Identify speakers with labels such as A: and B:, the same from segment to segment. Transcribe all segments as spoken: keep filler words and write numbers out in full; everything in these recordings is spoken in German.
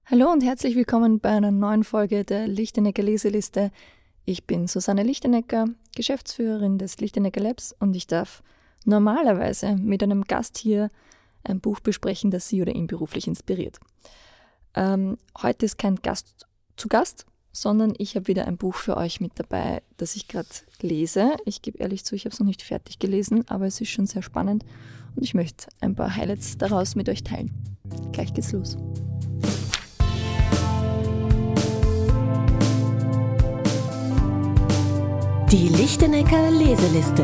A: Hallo und herzlich willkommen bei einer neuen Folge der Lichtenecker Leseliste. Ich bin Susanne Lichtenecker, Geschäftsführerin des Lichtenecker Labs und ich darf normalerweise mit einem Gast hier ein Buch besprechen, das Sie oder ihn beruflich inspiriert. Ähm, heute ist kein Gast zu Gast, sondern ich habe wieder ein Buch für euch mit dabei, das ich gerade lese. Ich gebe ehrlich zu, ich habe es noch nicht fertig gelesen, aber es ist schon sehr spannend und ich möchte ein paar Highlights daraus mit euch teilen. Gleich geht's los.
B: Die Lichtenecker Leseliste.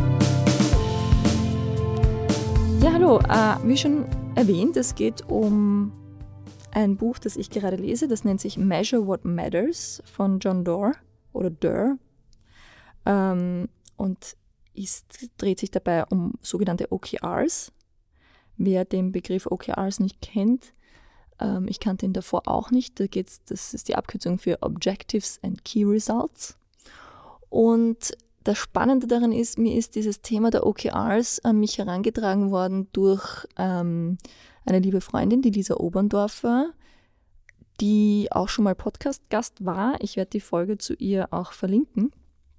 A: Ja, hallo. Äh, wie schon erwähnt, es geht um ein Buch, das ich gerade lese. Das nennt sich Measure What Matters von John Doerr oder Doerr. Ähm, und ist, dreht sich dabei um sogenannte O K Rs. Wer den Begriff O K Rs nicht kennt, ähm, ich kannte ihn davor auch nicht. Da geht's, das ist die Abkürzung für Objectives and Key Results. Und das Spannende daran ist, mir ist dieses Thema der O K Rs an mich herangetragen worden durch ähm, eine liebe Freundin, die Lisa Oberndorfer, die auch schon mal Podcast-Gast war. Ich werde die Folge zu ihr auch verlinken.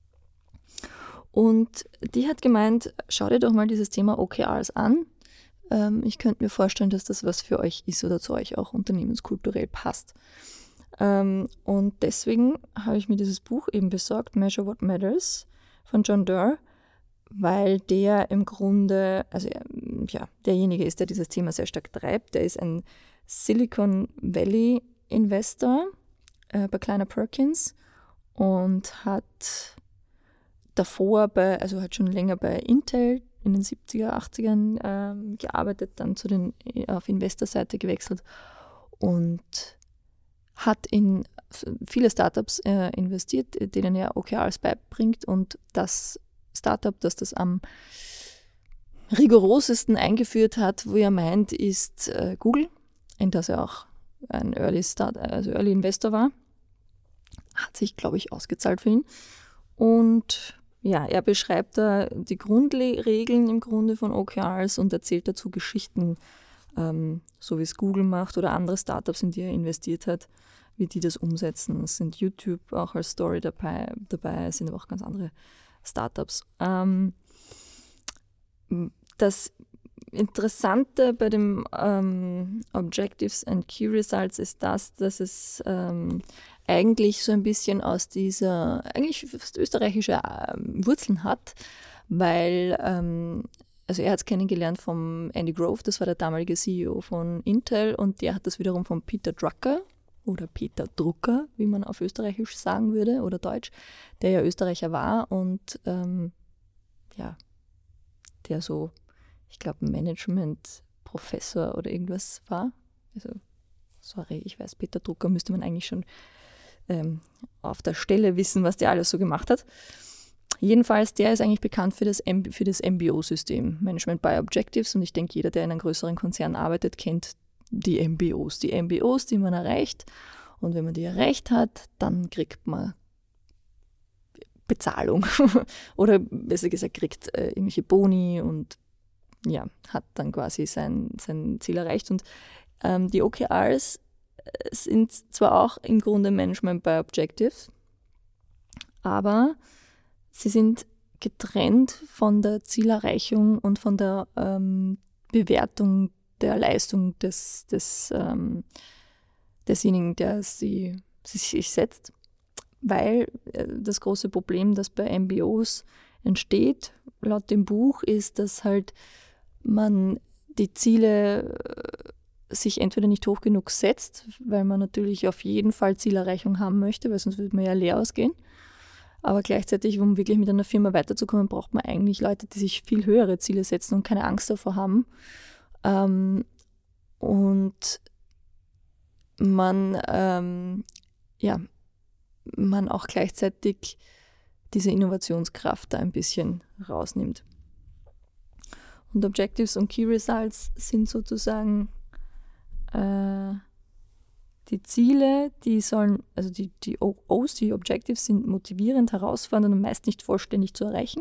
A: Und die hat gemeint, schau dir doch mal dieses Thema O K Rs an. Ähm, ich könnte mir vorstellen, dass das was für euch ist oder zu euch auch unternehmenskulturell passt. Um, und deswegen habe ich mir dieses Buch eben besorgt, Measure What Matters von John Doerr, weil der im Grunde, also ja, derjenige ist, der dieses Thema sehr stark treibt. Der ist ein Silicon Valley Investor äh, bei Kleiner Perkins und hat davor bei, also hat schon länger bei Intel in den siebziger, achtzigern ähm, gearbeitet, dann zu den auf Investorseite gewechselt und hat in viele Startups äh, investiert, denen er O K Rs beibringt, und das Startup, das das am rigorosesten eingeführt hat, wo er meint, ist äh, Google, in das er auch ein Early Start, also Early Investor war. Hat sich, glaube ich, ausgezahlt für ihn. Und ja, er beschreibt da die Grundregeln im Grunde von O K Rs und erzählt dazu Geschichten, ähm, so wie es Google macht oder andere Startups, in die er investiert hat, wie die das umsetzen. Es sind YouTube auch als Story dabei, dabei es sind aber auch ganz andere Startups. Ähm, das Interessante bei dem ähm, Objectives and Key Results ist das, dass es ähm, eigentlich so ein bisschen aus dieser, eigentlich fast österreichische ähm, Wurzeln hat, weil ähm, also er hat es kennengelernt vom Andy Grove, das war der damalige C E O von Intel, und der hat das wiederum von Peter Drucker oder Peter Drucker, wie man auf Österreichisch sagen würde, oder Deutsch, der ja Österreicher war und ähm, ja, der so, ich glaube, Management-Professor oder irgendwas war. Also, sorry, ich weiß, Peter Drucker müsste man eigentlich schon ähm, auf der Stelle wissen, was der alles so gemacht hat. Jedenfalls, der ist eigentlich bekannt für das, M- für das M B O-System, Management by Objectives, und ich denke, jeder, der in einem größeren Konzern arbeitet, kennt die M B Os. Die M B Os, die man erreicht, und wenn man die erreicht hat, dann kriegt man Bezahlung oder besser gesagt kriegt äh, irgendwelche Boni und ja, hat dann quasi sein, sein Ziel erreicht. Und ähm, die O K Rs sind zwar auch im Grunde Management by Objectives, aber sie sind getrennt von der Zielerreichung und von der ähm, Bewertung der Leistung des, des, ähm, desjenigen, der sie, sie sich setzt. Weil äh, das große Problem, das bei M B Os entsteht, laut dem Buch, ist, dass halt man die Ziele äh, sich entweder nicht hoch genug setzt, weil man natürlich auf jeden Fall Zielerreichung haben möchte, weil sonst würde man ja leer ausgehen. Aber gleichzeitig, um wirklich mit einer Firma weiterzukommen, braucht man eigentlich Leute, die sich viel höhere Ziele setzen und keine Angst davor haben. Ähm, und man, ähm, ja, man auch gleichzeitig diese Innovationskraft da ein bisschen rausnimmt. Und Objectives und Key Results sind sozusagen äh, die Ziele, die sollen, also die, die O's, die Objectives sind motivierend, herausfordernd und meist nicht vollständig zu erreichen.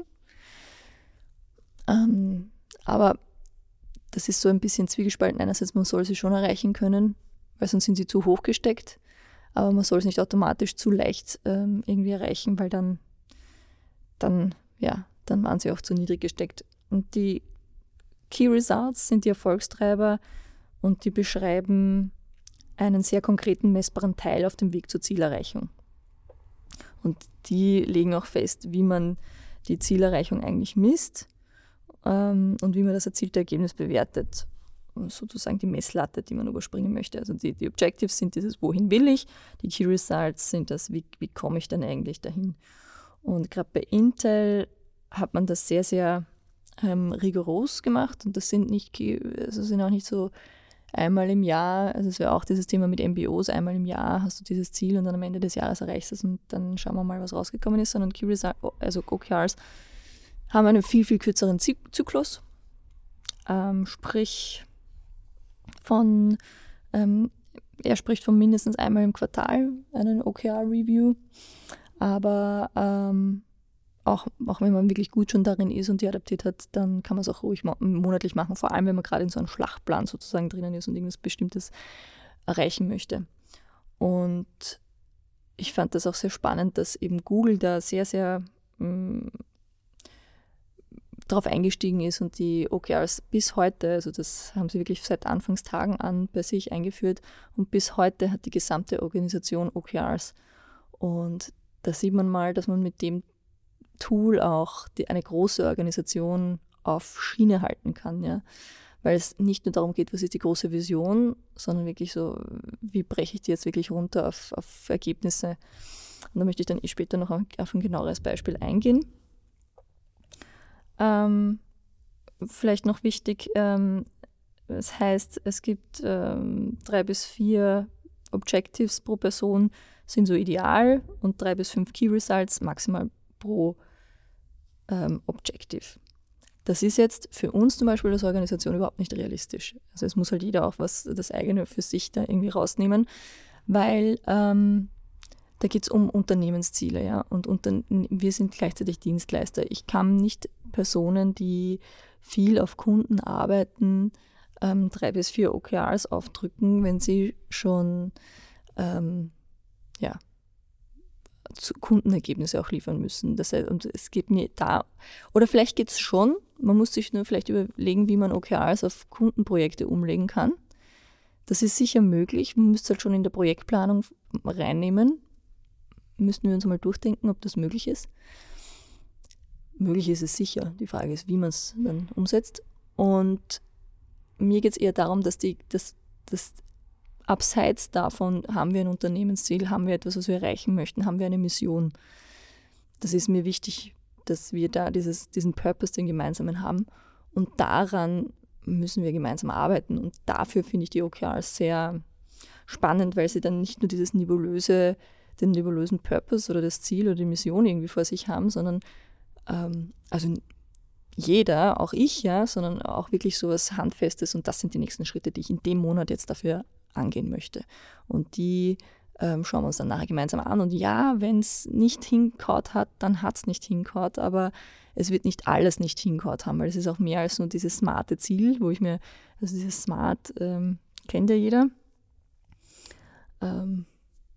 A: Ähm, aber das ist so ein bisschen zwiegespalten. Einerseits, man soll sie schon erreichen können, weil sonst sind sie zu hoch gesteckt. Aber man soll es nicht automatisch zu leicht ähm, irgendwie erreichen, weil dann, dann, ja, dann waren sie auch zu niedrig gesteckt. Und die Key Results sind die Erfolgstreiber und die beschreiben einen sehr konkreten, messbaren Teil auf dem Weg zur Zielerreichung. Und die legen auch fest, wie man die Zielerreichung eigentlich misst ähm, und wie man das erzielte Ergebnis bewertet. Sozusagen die Messlatte, die man überspringen möchte. Also die, die Objectives sind dieses, wohin will ich? Die Key Results sind das, wie, wie komme ich denn eigentlich dahin? Und gerade bei Intel hat man das sehr, sehr ähm, rigoros gemacht und das sind nicht, also sind auch nicht so einmal im Jahr, also es wäre auch dieses Thema mit M B Os, einmal im Jahr hast du dieses Ziel und dann am Ende des Jahres erreichst du es und dann schauen wir mal, was rausgekommen ist, sondern Key Results, also O K Rs, haben einen viel, viel kürzeren Zyklus, ähm, sprich von, ähm, er spricht von mindestens einmal im Quartal einen O K R-Review, aber ähm, auch, auch wenn man wirklich gut schon darin ist und die adaptiert hat, dann kann man es auch ruhig mo- monatlich machen, vor allem wenn man gerade in so einem Schlachtplan sozusagen drinnen ist und irgendwas Bestimmtes erreichen möchte. Und ich fand das auch sehr spannend, dass eben Google da sehr, sehr mh, darauf eingestiegen ist und die O K Rs bis heute, also das haben sie wirklich seit Anfangstagen an bei sich eingeführt und bis heute hat die gesamte Organisation O K Rs. Und da sieht man mal, dass man mit dem Tool auch die, eine große Organisation auf Schiene halten kann, ja. Weil es nicht nur darum geht, was ist die große Vision, sondern wirklich so, wie breche ich die jetzt wirklich runter auf, auf Ergebnisse. Und da möchte ich dann eh später noch auf ein genaueres Beispiel eingehen. Ähm, vielleicht noch wichtig, ähm, das heißt, es gibt ähm, drei bis vier Objectives pro Person, sind so ideal und drei bis fünf Key Results maximal pro ähm, Objective. Das ist jetzt für uns zum Beispiel als Organisation überhaupt nicht realistisch. Also es muss halt jeder auch was, das eigene für sich da irgendwie rausnehmen, weil ähm, da geht es um Unternehmensziele, ja. Und unter, wir sind gleichzeitig Dienstleister. Ich kann nicht Personen, die viel auf Kunden arbeiten, ähm, drei bis vier O K Rs aufdrücken, wenn sie schon ähm, ja, zu Kundenergebnisse auch liefern müssen. Das heißt, und es geht mir da, oder vielleicht geht es schon, man muss sich nur vielleicht überlegen, wie man O K Rs auf Kundenprojekte umlegen kann. Das ist sicher möglich, man müsste halt schon in der Projektplanung reinnehmen. Müssten wir uns mal durchdenken, ob das möglich ist. Möglich ist es sicher. Die Frage ist, wie man es dann umsetzt. Und mir geht es eher darum, dass die, dass, dass abseits davon haben wir ein Unternehmensziel, haben wir etwas, was wir erreichen möchten, haben wir eine Mission. Das ist mir wichtig, dass wir da dieses, diesen Purpose, den gemeinsamen haben. Und daran müssen wir gemeinsam arbeiten. Und dafür finde ich die O K Rs sehr spannend, weil sie dann nicht nur dieses nebulöse den nebulösen Purpose oder das Ziel oder die Mission irgendwie vor sich haben, sondern ähm, also jeder, auch ich, ja, sondern auch wirklich so was Handfestes und das sind die nächsten Schritte, die ich in dem Monat jetzt dafür angehen möchte. Und die ähm, schauen wir uns dann nachher gemeinsam an. Und ja, wenn es nicht hingehaut hat, dann hat es nicht hingehaut, aber es wird nicht alles nicht hingehaut haben, weil es ist auch mehr als nur dieses smarte Ziel, wo ich mir, also dieses Smart ähm, kennt ja jeder. Ähm,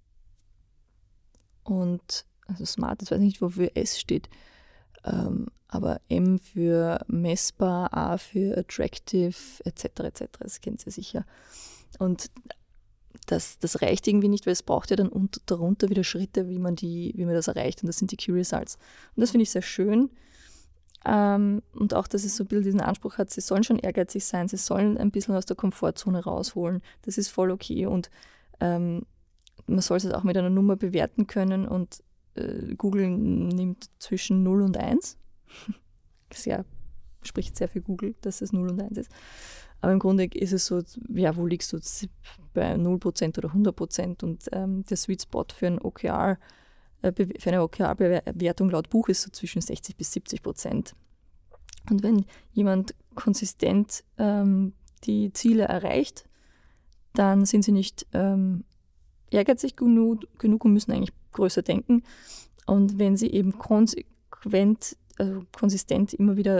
A: Und also Smart, ich weiß nicht, wofür S steht, ähm, aber M für messbar, A für attractive, et cetera et cetera. Das kennt ihr sicher. Und das, das reicht irgendwie nicht, weil es braucht ja dann unter, darunter wieder Schritte, wie man, die, wie man das erreicht. Und das sind die Key Results. Und das finde ich sehr schön. Ähm, und auch, dass es so ein bisschen diesen Anspruch hat, sie sollen schon ehrgeizig sein, sie sollen ein bisschen aus der Komfortzone rausholen. Das ist voll okay. Und ähm, man soll es auch mit einer Nummer bewerten können und äh, Google nimmt zwischen null und eins. Sehr, spricht sehr für Google, dass es null und eins ist. Aber im Grunde ist es so, ja, wo liegst du bei null Prozent oder hundert Prozent? Und ähm, der Sweet Spot für, ein O K R, äh, für eine O K R-Bewertung laut Buch ist so zwischen sechzig bis siebzig Prozent. Und wenn jemand konsistent ähm, die Ziele erreicht, dann sind sie nicht ähm, ehrgeizig genug, genug und müssen eigentlich größer denken. Und wenn sie eben konsequent, also konsistent immer wieder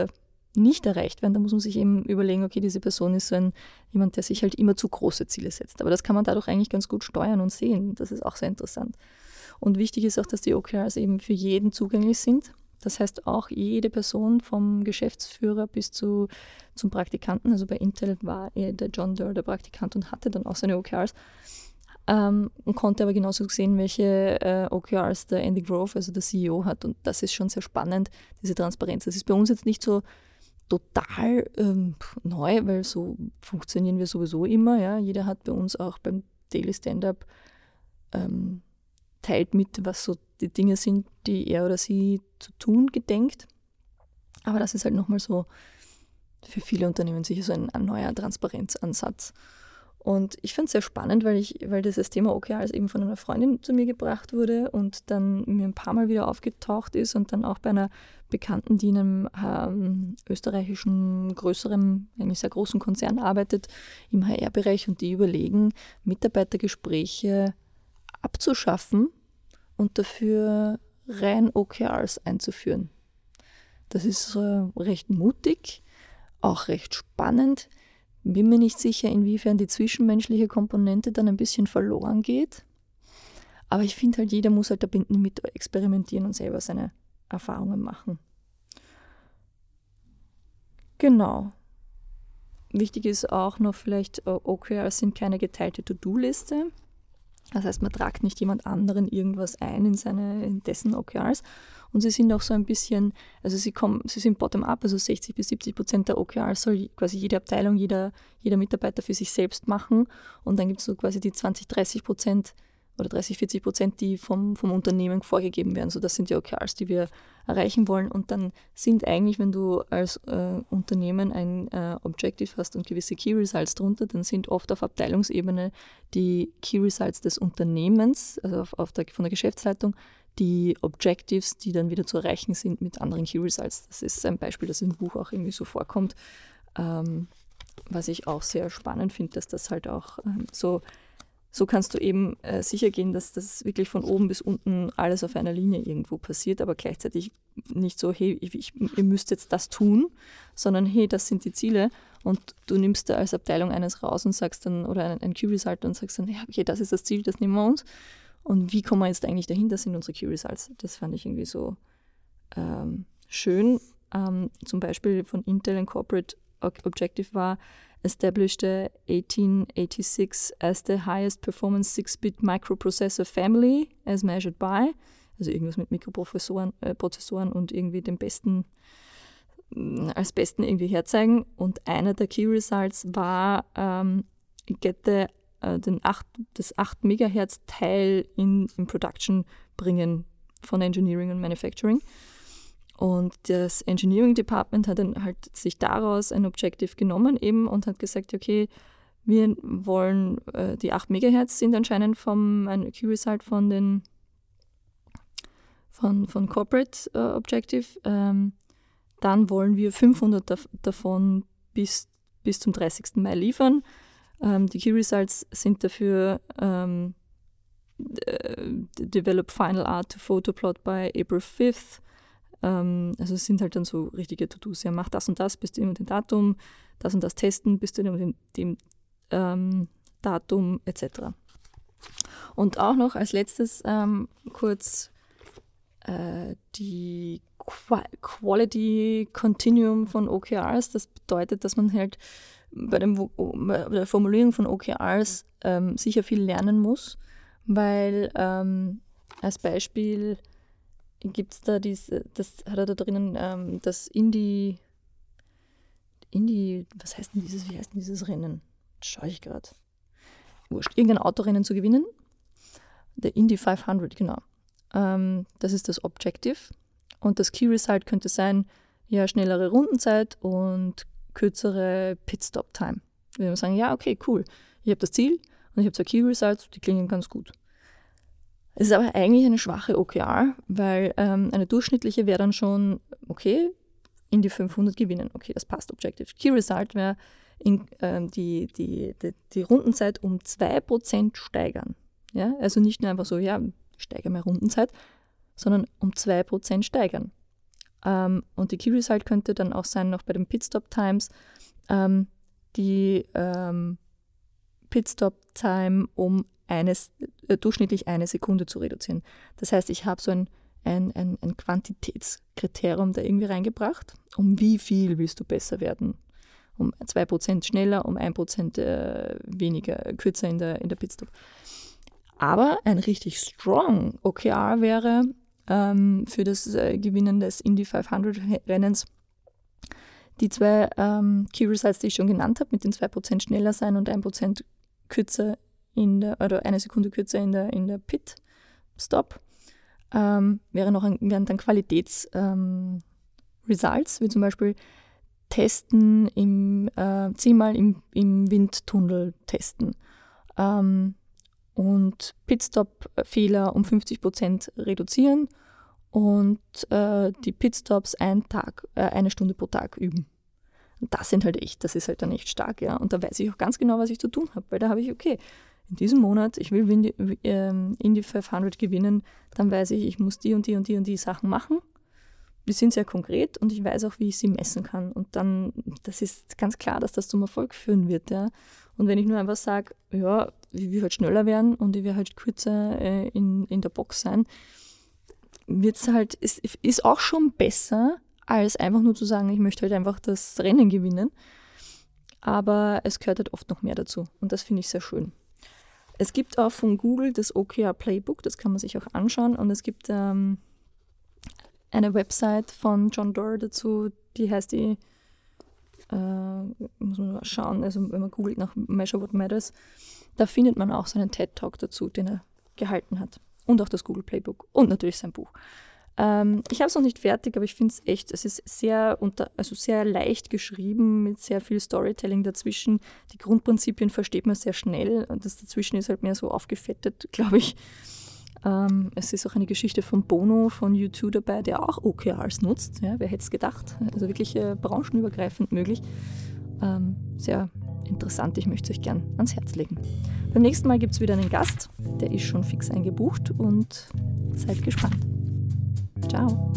A: nicht erreicht werden, dann muss man sich eben überlegen, okay, diese Person ist so ein, jemand, der sich halt immer zu große Ziele setzt. Aber das kann man dadurch eigentlich ganz gut steuern und sehen. Das ist auch sehr interessant. Und wichtig ist auch, dass die O K Rs eben für jeden zugänglich sind. Das heißt, auch jede Person vom Geschäftsführer bis zu, zum Praktikanten, also bei Intel war er der John Doerr der Praktikant und hatte dann auch seine O K Rs, ähm, und konnte aber genauso sehen, welche äh, O K Rs der Andy Grove, also der C E O, hat. Und das ist schon sehr spannend, diese Transparenz. Das ist bei uns jetzt nicht so total ähm, neu, weil so funktionieren wir sowieso immer. Ja? Jeder hat bei uns auch beim Daily Stand-Up ähm, teilt mit, was so die Dinge sind, die er oder sie zu tun gedenkt. Aber das ist halt nochmal so für viele Unternehmen sicher so ein, ein neuer Transparenzansatz. Und ich finde es sehr spannend, weil, ich, weil dieses Thema O K Rs eben von einer Freundin zu mir gebracht wurde und dann mir ein paar Mal wieder aufgetaucht ist und dann auch bei einer Bekannten, die in einem ähm, österreichischen, größeren, eigentlich sehr großen Konzern arbeitet, im H R-Bereich, und die überlegen, Mitarbeitergespräche abzuschaffen und dafür rein O K Rs einzuführen. Das ist äh, recht mutig, auch recht spannend. Bin mir nicht sicher, inwiefern die zwischenmenschliche Komponente dann ein bisschen verloren geht. Aber ich finde halt, jeder muss halt damit experimentieren und selber seine Erfahrungen machen. Genau. Wichtig ist auch noch vielleicht, O K Rs sind keine geteilte To-Do-Liste. Das heißt, man tragt nicht jemand anderen irgendwas ein in, seine, in dessen O K Rs. Und sie sind auch so ein bisschen, also sie kommen, sie sind bottom-up, also sechzig bis siebzig Prozent der O K Rs soll quasi jede Abteilung, jeder, jeder Mitarbeiter für sich selbst machen. Und dann gibt es so quasi die zwanzig, dreißig Prozent oder dreißig, vierzig Prozent, die vom, vom Unternehmen vorgegeben werden. So, das sind die O K Rs, die wir erreichen wollen. Und dann sind eigentlich, wenn du als äh, Unternehmen ein äh, Objective hast und gewisse Key Results drunter, dann sind oft auf Abteilungsebene die Key Results des Unternehmens, also auf, auf der, von der Geschäftsleitung, die Objectives, die dann wieder zu erreichen sind mit anderen Key Results. Das ist ein Beispiel, das im Buch auch irgendwie so vorkommt, ähm, was ich auch sehr spannend finde, dass das halt auch ähm, so, so kannst du eben äh, sicher gehen, dass das wirklich von oben bis unten alles auf einer Linie irgendwo passiert, aber gleichzeitig nicht so, hey, ich, ich, ihr müsst jetzt das tun, sondern hey, das sind die Ziele, und du nimmst da als Abteilung eines raus und sagst dann, oder ein, ein Key Result und sagst dann, ja, okay, das ist das Ziel, das nehmen wir uns. Und wie kommen wir jetzt eigentlich dahin? Das sind unsere Key Results. Das fand ich irgendwie so ähm, schön. Ähm, zum Beispiel von Intel ein Corporate Objective war, established eighteen eighty-six as the highest performance six-bit microprocessor family as measured by, also irgendwas mit Mikroprozessoren äh, Prozessoren und irgendwie den besten, äh, als besten irgendwie herzeigen. Und einer der Key Results war, ähm, get the Den acht, das acht Megahertz Teil in, in Production bringen von Engineering und Manufacturing. Und das Engineering Department hat dann halt sich daraus ein Objective genommen eben und hat gesagt, okay, wir wollen, äh, die acht Megahertz sind anscheinend vom, ein Key Result von den von, von Corporate äh, Objective. Ähm, dann wollen wir fünfhundert dav- davon bis, bis zum dreißigsten Mai liefern. Um, die Key Results sind dafür um, uh, develop final art to photoplot by April fifth. Um, also es sind halt dann so richtige To-Dos. Ja, mach das und das bis zu dem und dem Datum, das und das testen bis zu dem und dem um, Datum et cetera. Und auch noch als letztes um, kurz uh, die Qu- Quality Continuum von O K Rs. Das bedeutet, dass man halt bei, dem, bei der Formulierung von O K Rs ähm, sicher viel lernen muss, weil ähm, als Beispiel gibt es da diese, das hat er da drinnen, ähm, das Indie, Indie, was heißt denn dieses, wie heißt denn dieses Rennen? Schaue ich gerade. Wurscht, irgendein Autorennen zu gewinnen. Der Indy fünfhundert, genau. Ähm, das ist das Objective. Und das Key Result könnte sein, ja, schnellere Rundenzeit und kürzere Pitstop-Time. Wir würden sagen, ja, okay, cool. Ich habe das Ziel und ich habe zwei Key Results, die klingen ganz gut. Es ist aber eigentlich eine schwache O K R, weil ähm, eine durchschnittliche wäre dann schon, okay, in die fünfhundert gewinnen. Okay, das passt, Objective. Key Result wäre in, ähm, die, die, die, die Rundenzeit um zwei Prozent steigern. Ja? Also nicht nur einfach so, ja, steigere mehr Rundenzeit, sondern um zwei Prozent steigern. Ähm, und die Key Result könnte dann auch sein, noch bei den Pitstop Times, ähm, die ähm, Pitstop Time um eines, äh, durchschnittlich eine Sekunde zu reduzieren. Das heißt, ich habe so ein, ein, ein, ein Quantitätskriterium da irgendwie reingebracht. Um wie viel willst du besser werden? Um zwei Prozent schneller, um ein Prozent äh, weniger, kürzer in der, in der Pitstop. Aber ein richtig strong O K R wäre ähm, für das äh, Gewinnen des Indy fünfhundert Rennens die zwei ähm, Key Results, die ich schon genannt habe, mit den zwei Prozent schneller sein und ein Prozent kürzer in der, oder eine Sekunde kürzer in der, in der Pit-Stop, ähm, wäre noch ein, wären dann Qualitäts-Results, ähm, wie zum Beispiel testen, im, äh, zehnmal im, im Windtunnel testen ähm, und Pitstop-Fehler um fünfzig Prozent reduzieren und äh, die Pitstops ein Tag, äh, eine Stunde pro Tag üben. Und das sind halt echt, das ist halt dann echt stark, ja. Und da weiß ich auch ganz genau, was ich zu tun habe, weil da habe ich, okay, in diesem Monat, ich will Indy, äh, Indy fünfhundert gewinnen, dann weiß ich, ich muss die und die und die und die Sachen machen. Die sind sehr konkret und ich weiß auch, wie ich sie messen kann. Und dann, das ist ganz klar, dass das zum Erfolg führen wird, ja. Und wenn ich nur einfach sage, ja, ich will halt schneller werden und ich will halt kürzer äh, in, in der Box sein, wird es halt, ist, ist auch schon besser, als einfach nur zu sagen, ich möchte halt einfach das Rennen gewinnen. Aber es gehört halt oft noch mehr dazu und das finde ich sehr schön. Es gibt auch von Google das O K R Playbook, das kann man sich auch anschauen und es gibt ähm, eine Website von John Doerr dazu, die heißt die, äh, muss man mal schauen, also wenn man googelt nach Measure What Matters, da findet man auch so einen TED-Talk dazu, den er gehalten hat. Und auch das Google Playbook und natürlich sein Buch. Ähm, ich habe es noch nicht fertig, aber ich finde es echt, es ist sehr, unter, also sehr leicht geschrieben, mit sehr viel Storytelling dazwischen. Die Grundprinzipien versteht man sehr schnell und das dazwischen ist halt mehr so aufgefettet, glaube ich. Ähm, es ist auch eine Geschichte von Bono von U zwei dabei, der auch O K Rs nutzt. Ja, wer hätte es gedacht? Also wirklich äh, branchenübergreifend möglich. Ähm, sehr interessant, ich möchte es euch gern ans Herz legen. Beim nächsten Mal gibt es wieder einen Gast, der ist schon fix eingebucht und seid gespannt. Ciao!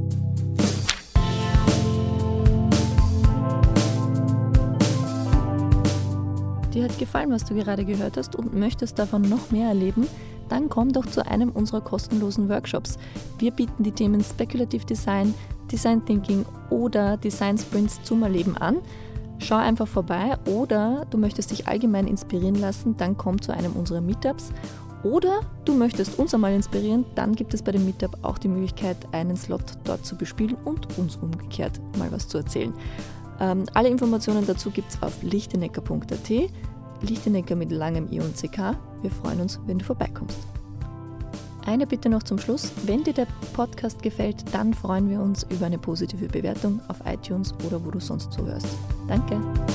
A: Dir hat gefallen, was du gerade gehört hast und möchtest davon noch mehr erleben? Dann komm doch zu einem unserer kostenlosen Workshops. Wir bieten die Themen Speculative Design, Design Thinking oder Design Sprints zum Erleben an. Schau einfach vorbei oder du möchtest dich allgemein inspirieren lassen, dann komm zu einem unserer Meetups. Oder du möchtest uns einmal inspirieren, dann gibt es bei dem Meetup auch die Möglichkeit, einen Slot dort zu bespielen und uns umgekehrt mal was zu erzählen. Ähm, alle Informationen dazu gibt es auf lichtenecker punkt a t, Lichtenecker mit langem I und C K. Wir freuen uns, wenn du vorbeikommst. Eine Bitte noch zum Schluss. Wenn dir der Podcast gefällt, dann freuen wir uns über eine positive Bewertung auf iTunes oder wo du sonst zuhörst. Danke!